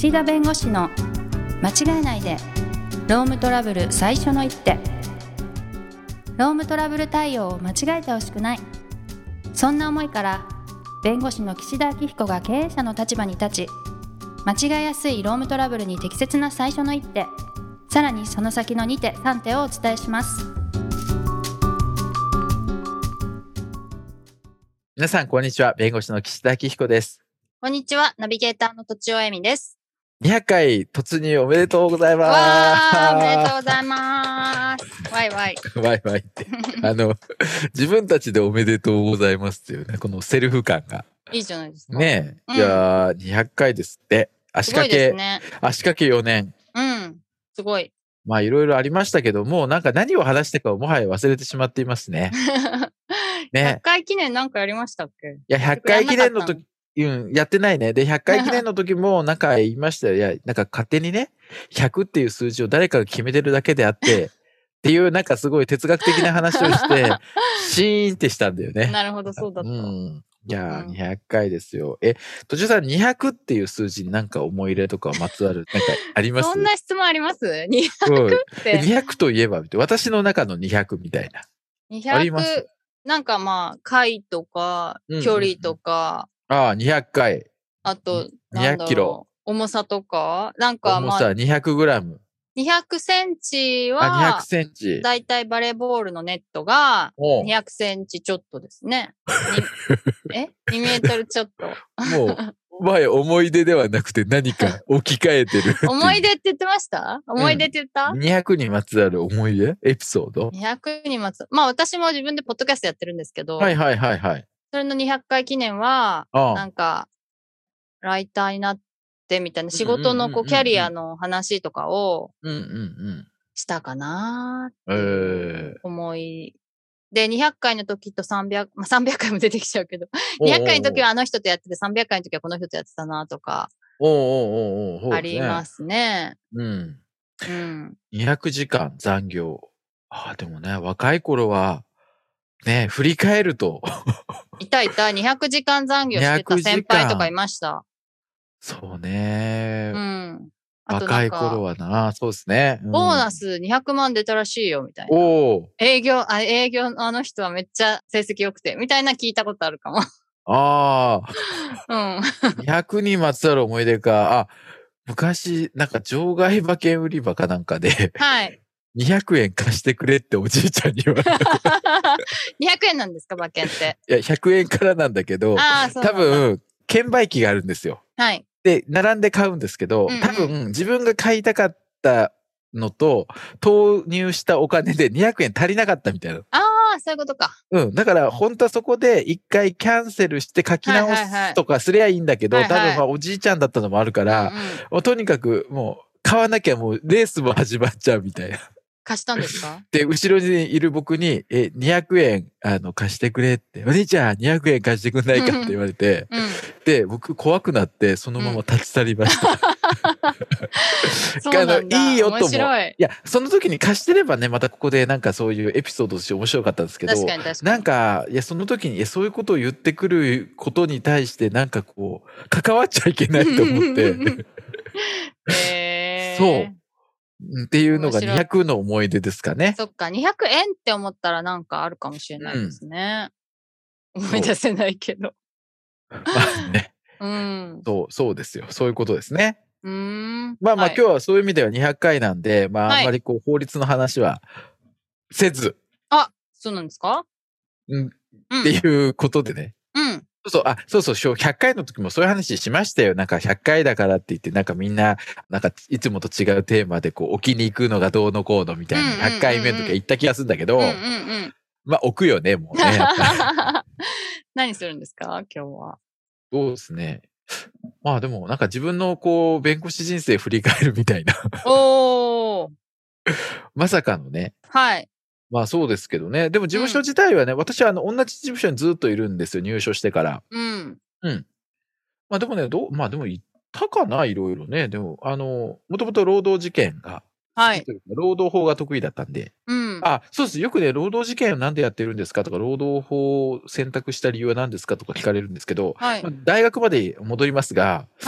岸田弁護士の間違えないでロームトラブル最初の一手。ロームトラブル対応を間違えてほしくない、そんな思いから弁護士の岸田明彦が経営者の立場に立ち、間違えやすいロームトラブルに適切な最初の一手、さらにその先の2手3手をお伝えします。 皆さんこんにちは、弁護士の岸田明彦です。 こんにちは、ナビゲーターのとちおえみです。 200回突入おめでとうございます。 わー、おめでとうございます。ワイワイワイワイって自分たちでおめでとうございますっていうね、このセルフ感がいいじゃないですかねえ、いやー200回ですって。足掛け、 ね、 足掛け4年。 すごい。 まあいろいろありましたけども、なんか何を話したかをもはや忘れてしまっていますね。 ね、100回記念なんかやりましたっけ？いや、100回記念の時、やってないね。で、100回記念の時もなんか言いましたよ。いや、なんか勝手にね、100っていう数字を誰かが決めてるだけであって、っていうなんかすごい哲学的な話をして、シーンってしたんだよね。 なるほど、そうだった。 いやー、200回ですよ。途中さん200っていう数字になんか思い入れとかまつわる、なんかあります？ そんな質問あります？ 200 って。 200といえば、私の中の200みたいな。 200、あります？なんかまあ、回とか、距離とか。 ああ、200回。 あと、 200キロ。 重さとかなんかまあ。 重さ200グラム。 200センチは、 200センチ。 だいたいバレーボールのネットが、200センチちょっとですね。2メートルちょっと。 もう、前思い出ではなくて何か置き換えてる思い出って言ってました？思い出って言った？ 200 にまつわる思い出エピソード ?200 にまつわる。まあ私も自分でポッドキャストやってるんですけど。 はいはいはいはい。 それの200回記念は、なんか、ライターになってみたいな仕事のキャリアの話とかをしたかなーっていう思い。で、200回の時と300回も出てきちゃうけど、200回の時はあの人とやってて、300回の時はこの人とやってたなとか、ありますね。 200時間残業。でもね、若い頃は、ね、振り返ると。 いた、200時間残業してた先輩とかいました。 そうね。若い頃はな、そうですね。 ボーナス200万出たらしいよ、みたいな。営業のあの人はめっちゃ成績良くて、みたいな聞いたことあるかも。 200にまつわる思い出か。昔、なんか場外馬券売り場かなんかで、はい。200円貸してくれっておじいちゃんに言われた。200 円なんですか、馬券って。 いや、100円からなんだけど、多分、券売機があるんですよ。はい。で、並んで買うんですけど、多分、自分が買いたかったのと、投入したお金で200円足りなかったみたいな。 そういうことか。 だから、本当はそこで一回キャンセルして書き直すとかすりゃいいんだけど、多分まあおじいちゃんだったのもあるから、もうとにかくもう買わなきゃもうレースも始まっちゃうみたいな。 貸したんですか？ で、後ろにいる僕に、200円、貸してくれって、お兄ちゃん200円貸してくんないかって言われて、で、僕怖くなって、そのまま立ち去りました。いいよとも。いや、その時に貸してればね、またここでなんかそういうエピソードとして面白かったんですけど、なんか、いや、その時に、そういうことを言ってくることに対して、なんかこう、関わっちゃいけないと思って。そう。っていうのが200の思い出ですかね。 そっか、200円って思ったらなんかあるかもしれないですね。思い出せないけど。 まあね。そうですよ。そういうことですね。まあ今日はそういう意味では200回なんで、まああんまりこう法律の話はせず。 そうなんですか？ っていうことでね。そうそう、100回の時もそういう話しましたよ。なんか100回だからって言って、なんかみんな、なんかいつもと違うテーマでこう置きに行くのがどうのこうのみたいな、100回目の時は言った気がするんだけど、まあ置くよね、もうね。 何するんですか、今日は。 そうですね。まあでもなんか自分のこう、弁護士人生振り返るみたいな。まさかのね。 はい。 まあそうですけどね。でも事務所自体はね、私は同じ事務所にずっといるんですよ、入所してから。まあでもね、まあでも言ったかな、いろいろね。でも、もともと労働事件が好きというか、労働法が得意だったんで。そうです。よくね、労働事件をなんでやってるんですかとか、労働法を選択した理由は何ですかとか聞かれるんですけど、大学まで戻りますが、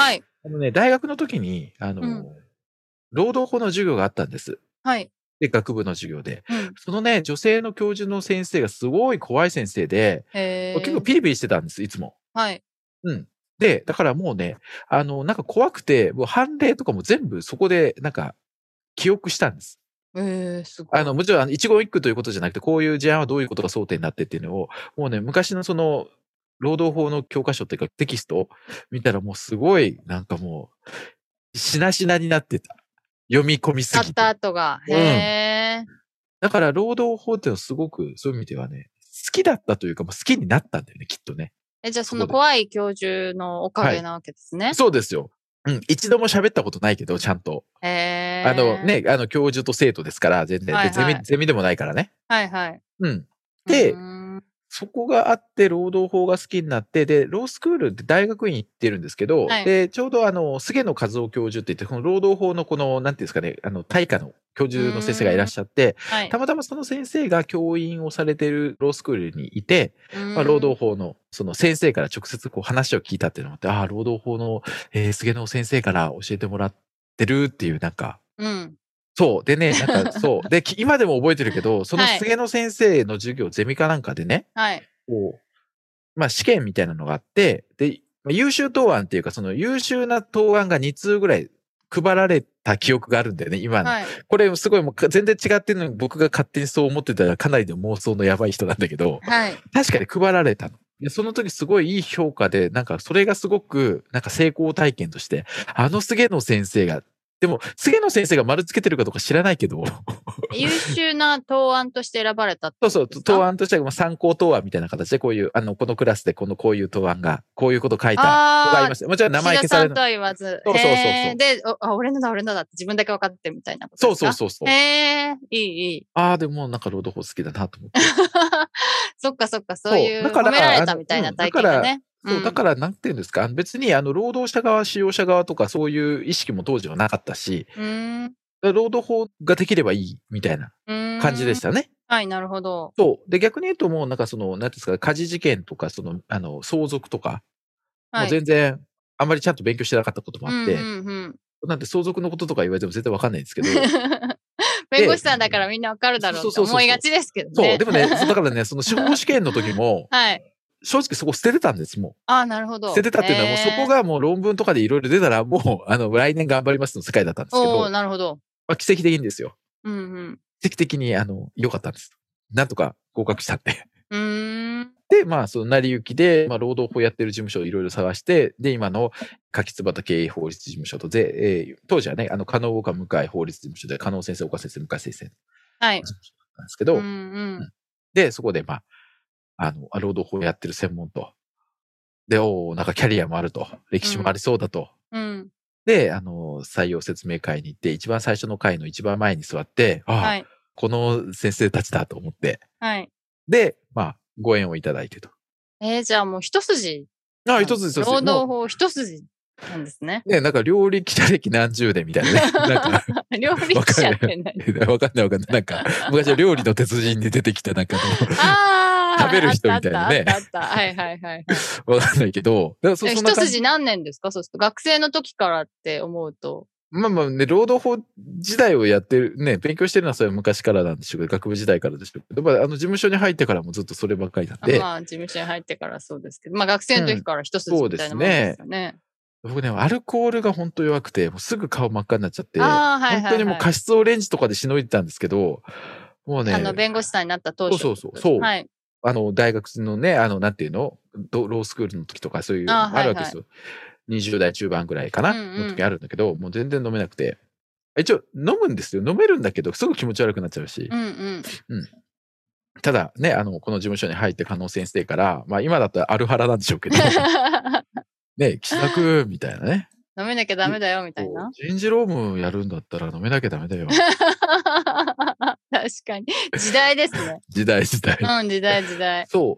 大学の時に、労働法の授業があったんです。 はい。 で、学部の授業で。そのね、女性の教授の先生がすごい怖い先生で、結構ピリピリしてたんです、いつも。 はい。 で、だからもうね、なんか怖くて、もう判例とかも全部そこで、なんか、記憶したんです。 すごい。 もちろん、一言一句ということじゃなくて、こういう事案はどういうことが争点になってっていうのを、もうね、昔のその、労働法の教科書っていうかテキストを見たらもうすごい、なんかもう、しなしなになってた。読み込みすぎて。 った後が。 だから、労働法っていうのはすごく、そういう意味ではね、好きだったというか、好きになったんだよね、きっとね。 じゃあその怖い教授のおかげなわけですね。 そうですよ。一度も喋ったことないけど、ちゃんと。教授と生徒ですから、全然。ゼミでもないからね。 はいはい。 で、そこがあって、労働法が好きになって、で、ロースクールって大学院行ってるんですけど、で、ちょうど菅野和夫教授って言って、この労働法のこの、なんていうんですかね、大科の教授の先生がいらっしゃって、たまたまその先生が教員をされてるロースクールにいて、労働法のその先生から直接こう話を聞いたっていうのがあって、労働法の、菅野先生から教えてもらってるっていう、なんか、そう。でね、なんか、そう。で、今でも覚えてるけど、その菅野先生の授業、ゼミかなんかでね、こう、試験みたいなのがあって、で、優秀答案っていうか、その優秀な答案が2通ぐらい配られた記憶があるんだよね、今の。これすごいもう全然違ってるのに僕が勝手にそう思ってたらかなりの妄想のやばい人なんだけど、確かに配られたの。で、その時すごいいい評価で、なんかそれがすごく、なんか成功体験として、菅野先生が、でも、菅野先生が丸つけてるかどうか知らないけど。 優秀な答案として選ばれたってことですか？ そう、答案としては参考答案みたいな形で、こういう、このクラスでこういう答案が、こういうこと書いた子がいます。もちろん名前消される。 岸田さんとは言わず。 そう。 で、俺のだって自分だけ分かってるみたいなことですか？ そう。 いい。 でもなんか労働法好きだなと思って。 そっか、そういう褒められたみたいな体験がね。 そう、だから、なんていうんですか、別に、労働者側、使用者側とか、そういう意識も当時はなかったし、労働法ができればいい、みたいな感じでしたね。 はい、なるほど。 そう。で、逆に言うともう、なんかなんですか、家事事件とか、相続とか、もう全然、あんまりちゃんと勉強してなかったこともあって、なんで相続のこととか言われても全然わかんないんですけど。 弁護士さんだからみんなわかるだろうと思いがちですけどね。 そう、でもね、だからね、その司法試験の時も、正直そこ捨ててたんです、もう。なるほど。 捨ててたっていうのは、もうそこがもう論文とかでいろいろ出たら、もう、来年頑張りますの世界だったんですけど。 なるほど。 奇跡的にですよ。奇跡的に、良かったんです。なんとか合格したんで。で、その成り行きで、労働法やってる事務所をいろいろ探して、で、今の柿椿経営法律事務所とで、当時はね、加納岡向井法律事務所で、加納先生、岡先生、向井先生。 はい。 なんですけど、で、そこで、労働法やってる専門と。で、なんかキャリアもあると。歴史もありそうだと。で、採用説明会に行って、一番最初の会の一番前に座って、この先生たちだと思って。で、ご縁をいただいてと。 じゃあもう一筋。 一筋。 労働法一筋なんですね。 ね、なんか料理記者歴何十年みたいなね。なんか料理記者って何？ わかんない。なんか、昔は料理の鉄人に出てきたなんか食べる人みたいなね。 あった。はい。 わかんないけど。 一筋何年ですか？そうすると。学生の時からって思うと。 ね、労働法時代をやってる、ね、勉強してるのはそれは昔からなんでしょうけど、学部時代からでしょうけど、事務所に入ってからもずっとそればっかりなんで。 事務所に入ってからそうですけど、学生の時から一筋みたいなもんですよね。 僕ね、アルコールが本当弱くて、もうすぐ顔真っ赤になっちゃって、本当にもう過失オレンジとかでしのいでたんですけど、もうね。 弁護士さんになった当初。 そう。はい。大学のね、なんていうのロースクールの時とかそういう、あるわけですよ。20代中盤ぐらいかな、の時あるんだけど、もう全然飲めなくて。一応、飲むんですよ。飲めるんだけど、すぐ気持ち悪くなっちゃうし。ただね、この事務所に入って加納先生から、今だったらアルハラなんでしょうけど、ね、岸田君みたいなね。 飲めなきゃダメだよ、みたいな。 人事労務やるんだったら飲めなきゃダメだよ。 確かに。時代ですね。 時代。 時代。 そう。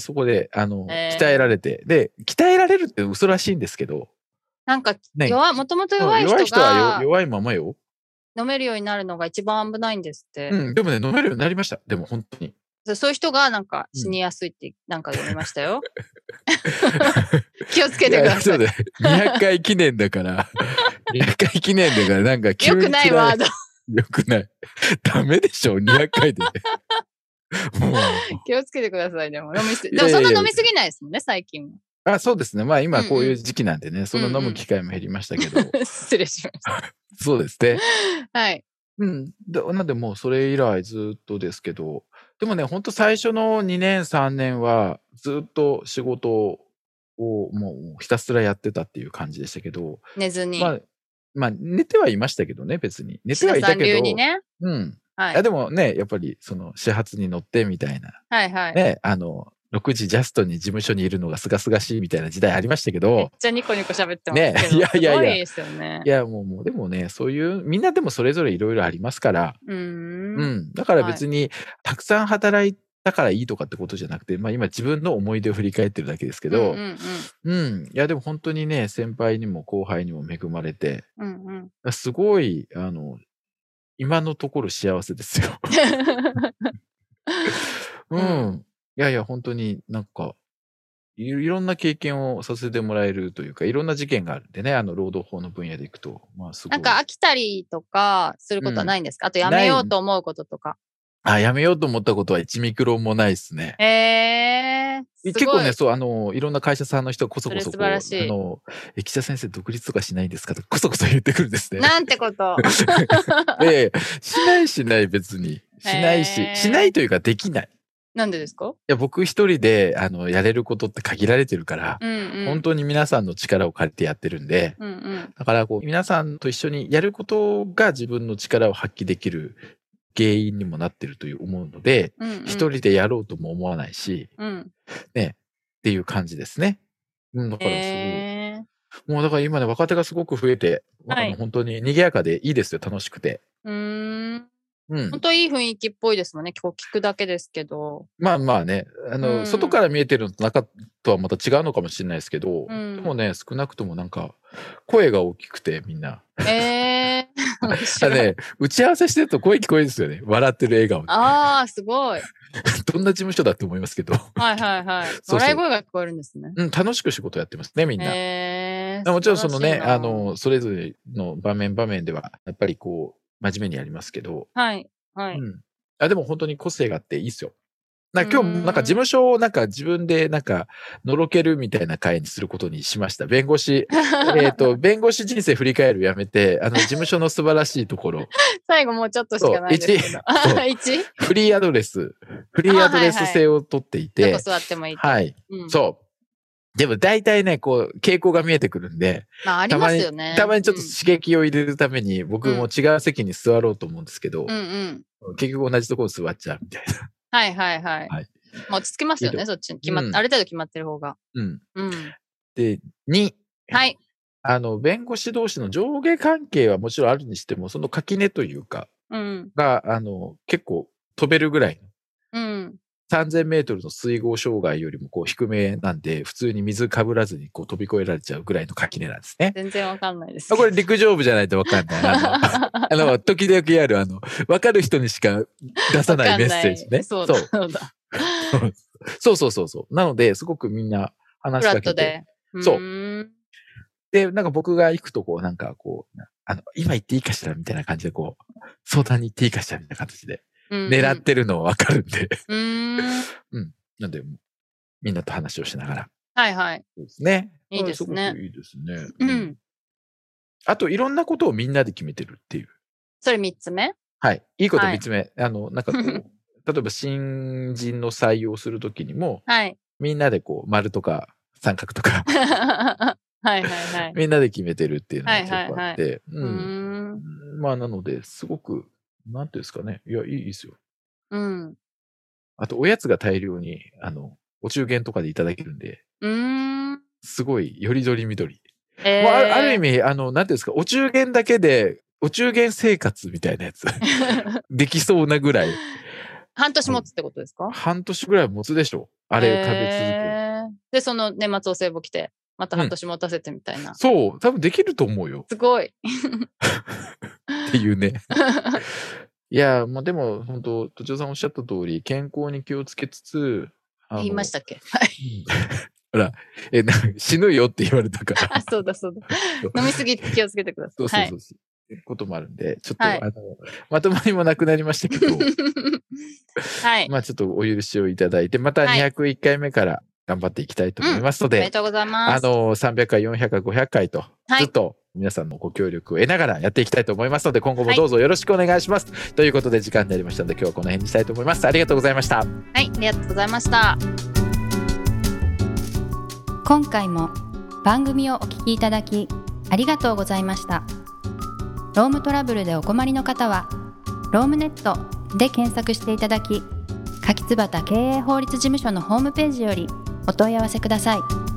そこで、鍛えられて。で、鍛えられるって嘘らしいんですけど。 なんか、もともと弱い人が。 弱い人は弱いままよ。 飲めるようになるのが一番危ないんですって。 でもね、飲めるようになりました。でも本当に。 そういう人がなんか死にやすいってなんか読みましたよ。気をつけてください。 200回記念だから、200回記念だからなんか急に。 よくないワード。 よくない。ダメでしょ、200回で。もう気をつけてください、でも。でもそんな飲みすぎないですもんね、最近は。そうですね。まあ今こういう時期なんでね、そんな飲む機会も減りましたけど。 失礼しました。 そうですね。 はい。 なんでもうそれ以来ずっとですけど、でもね、ほんと最初の2年、3年はずっと仕事をもうひたすらやってたっていう感じでしたけど。 寝ずに。 まあ寝てはいましたけどね、別に。寝てはいたけど。 流にね。 はい。でもね、やっぱりその始発に乗ってみたいな。 はいはい。 ね、6時ジャストに事務所にいるのがすがすがしいみたいな時代ありましたけど。めっちゃニコニコ喋ってますけど。ね、 いやいやいや。すごいですよね。 いや、もうでもね、そういう、みんなでもそれぞれいろいろありますから。だから別に、たくさん働いたからいいとかってことじゃなくて、まあ今自分の思い出を振り返ってるだけですけど。いや、でも本当にね、先輩にも後輩にも恵まれて。すごい、今のところ幸せですよ。いやいや、本当になんか、いろんな経験をさせてもらえるというか、いろんな事件があるんでね、労働法の分野でいくと。まあすごい。 なんか飽きたりとかすることはないんですか？あとやめようと思うこととか。 やめようと思ったことは1ミクロンもないですね。結構ね、そう、いろんな会社さんの人こそこそ、 素晴らしい。 記者先生独立とかしないんですかとこそこそ言ってくるんですね。 なんてことしない別に。しないというかできない。 なんでですか？いや、僕一人で、やれることって限られてるから、本当に皆さんの力を借りてやってるんで、だから皆さんと一緒にやることが自分の力を発揮できる原因にもなってると思うので、一人でやろうとも思わないし、ね、っていう感じですね。だからすごい。もうだから今ね、若手がすごく増えて、本当に賑やかでいいですよ、楽しくて。本当いい雰囲気っぽいですもんね。今日聞くだけですけど。まあまあね、外から見えてるのと中とはまた違うのかもしれないですけど、でもね、少なくともなんか、声が大きくてみんな。ね、打ち合わせしてると声聞こえるんですよね。笑ってる笑顔で。ああ、すごい。どんな事務所だって思いますけど。はいはいはい。笑い声が聞こえるんですね。楽しく仕事やってますね、みんな。もちろんそのね、それぞれの場面では、やっぱりこう、真面目にやりますけど。はい。はい。でも本当に個性があっていいっすよ。今日なんか事務所をなんか自分でなんかのろけるみたいな会にすることにしました。弁護士。弁護士人生振り返るやめて、事務所の素晴らしいところ。最後もうちょっとしかないですけど。1? フリーアドレス制を取っていて。どこ座ってもいい。はい。そう。でも大体ね、こう、傾向が見えてくるんで。まあありますよね。たまにちょっと刺激を入れるために、僕も違う席に座ろうと思うんですけど。結局同じところに座っちゃうみたいな。はいはいはい。まあ落ち着きますよね、そっちに。ある程度決まってる方が。で、2。はい。弁護士同士の上下関係はもちろんあるにしても、その垣根というか、が、結構飛べるぐらい。3000メートルの水郷障害よりもこう低めなんで、普通に水かぶらずにこう飛び越えられちゃうぐらいの垣根なんですね。全然わかんないです。これ陸上部じゃないとわかんない。時々あるわかる人にしか出さないメッセージね。そうだ。そう。なので、すごくみんな話しかけて。そう。で、なんか僕が行くとこう、なんかこう、今行っていいかしらみたいな感じでこう、相談に行っていいかしらみたいな形で。狙ってるのはわかるんで。なんで、みんなと話をしながら。はいはい。そうですね。いいですね。すごくいいですね。あと、いろんなことをみんなで決めてるっていう。それ3つ目？はい。いいこと3つ目。なんかこう、例えば新人の採用するときにも、みんなでこう、丸とか三角とか。はいはいはい。みんなで決めてるっていうのが結構あって。まあ、なので、すごく、なんていうんですかね。いや、いいですよ。あと、おやつが大量に、お中元とかでいただけるんで。すごい、よりどりみどり。ある意味、なんていうんですか、お中元だけで、お中元生活みたいなやつ。できそうなぐらい。半年持つってことですか？半年ぐらい持つでしょ。あれを食べ続ける。で、その年末お歳暮来て、また半年持たせてみたいな。そう、多分できると思うよ。すごい。っていうね。 いや、もうでも、本当とちおさんおっしゃった通り、健康に気をつけつつ、 言いましたっけ？はい。 ほら、死ぬよって言われたから。 あ、そうだ。飲みすぎ気をつけてください。 そう。こともあるんで、ちょっと、まとまりもなくなりましたけど、 はい。 まあちょっとお許しをいただいて、また201回目から頑張っていきたいと思いますので、 ありがとうございます。 300回、400回、500回と、ずっと皆さんのご協力を得ながらやっていきたいと思いますので、今後もどうぞよろしくお願いします。ということで時間になりましたので、今日はこの辺にしたいと思います。ありがとうございました。 はい、ありがとうございました。 今回も番組をお聞きいただきありがとうございました。ロームトラブルでお困りの方はロームネットで検索していただき、柿椿経営法律事務所のホームページよりお問い合わせください。